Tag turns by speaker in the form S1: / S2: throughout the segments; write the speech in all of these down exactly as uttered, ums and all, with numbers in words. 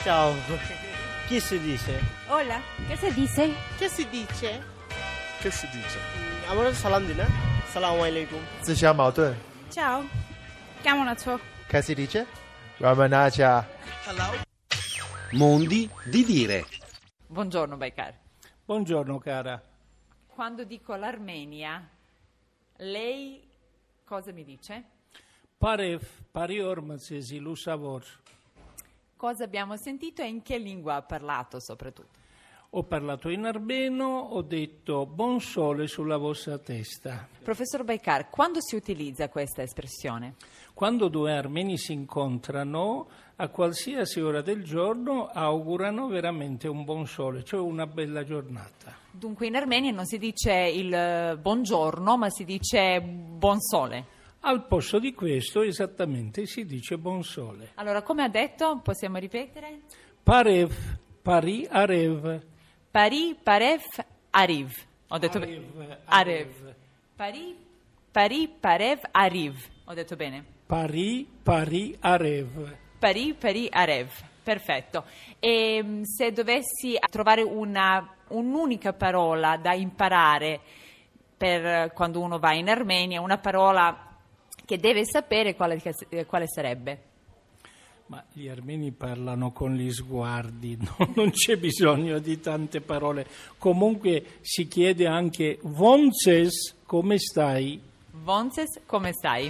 S1: Ciao. Chi si dice?
S2: Hola, ¿qué se dice?
S3: ¿Qué se dice?
S4: ¿Qué se dice?
S1: আমরা সালাম দিই না? সালাম আলাইকুম।
S4: 自相矛盾。
S2: Ciao, কেমন আছো?
S4: ¿Qué se dice? Ramanaja.
S5: Mondi di dire.
S6: Buongiorno Baikar.
S7: Buongiorno cara.
S6: Quando dico l'Armenia, lei cosa mi dice?
S7: Pare parior mazesi lusavor.
S6: Cosa abbiamo sentito e in che lingua ha parlato soprattutto?
S7: Ho parlato in armeno, ho detto buon sole sulla vostra testa.
S6: Professor Baikar, quando si utilizza questa espressione?
S7: Quando due armeni si incontrano, a qualsiasi ora del giorno augurano veramente un buon sole, cioè una bella giornata.
S6: Dunque in Armenia non si dice il buongiorno, ma si dice buon sole.
S7: Al posto di questo, esattamente, si dice buon sole.
S6: Allora, come ha detto, possiamo ripetere?
S7: Parev, pari, arev.
S6: Pari, parev, ariv. Ho detto
S7: Arev,
S6: bene.
S7: arev.
S6: Arev. Pari, pari, parev, ariv. Ho detto bene.
S7: Pari, pari, arev.
S6: Pari, pari, arev. Perfetto. E se dovessi trovare una, un'unica parola da imparare per quando uno va in Armenia, una parola che deve sapere, quale, quale sarebbe?
S7: Ma gli armeni parlano con gli sguardi, no? Non c'è bisogno di tante parole. Comunque si chiede anche Vonces, come stai?
S6: Vonces, come stai?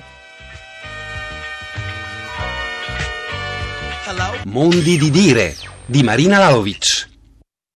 S5: Mondi di dire di Marina Lalovic.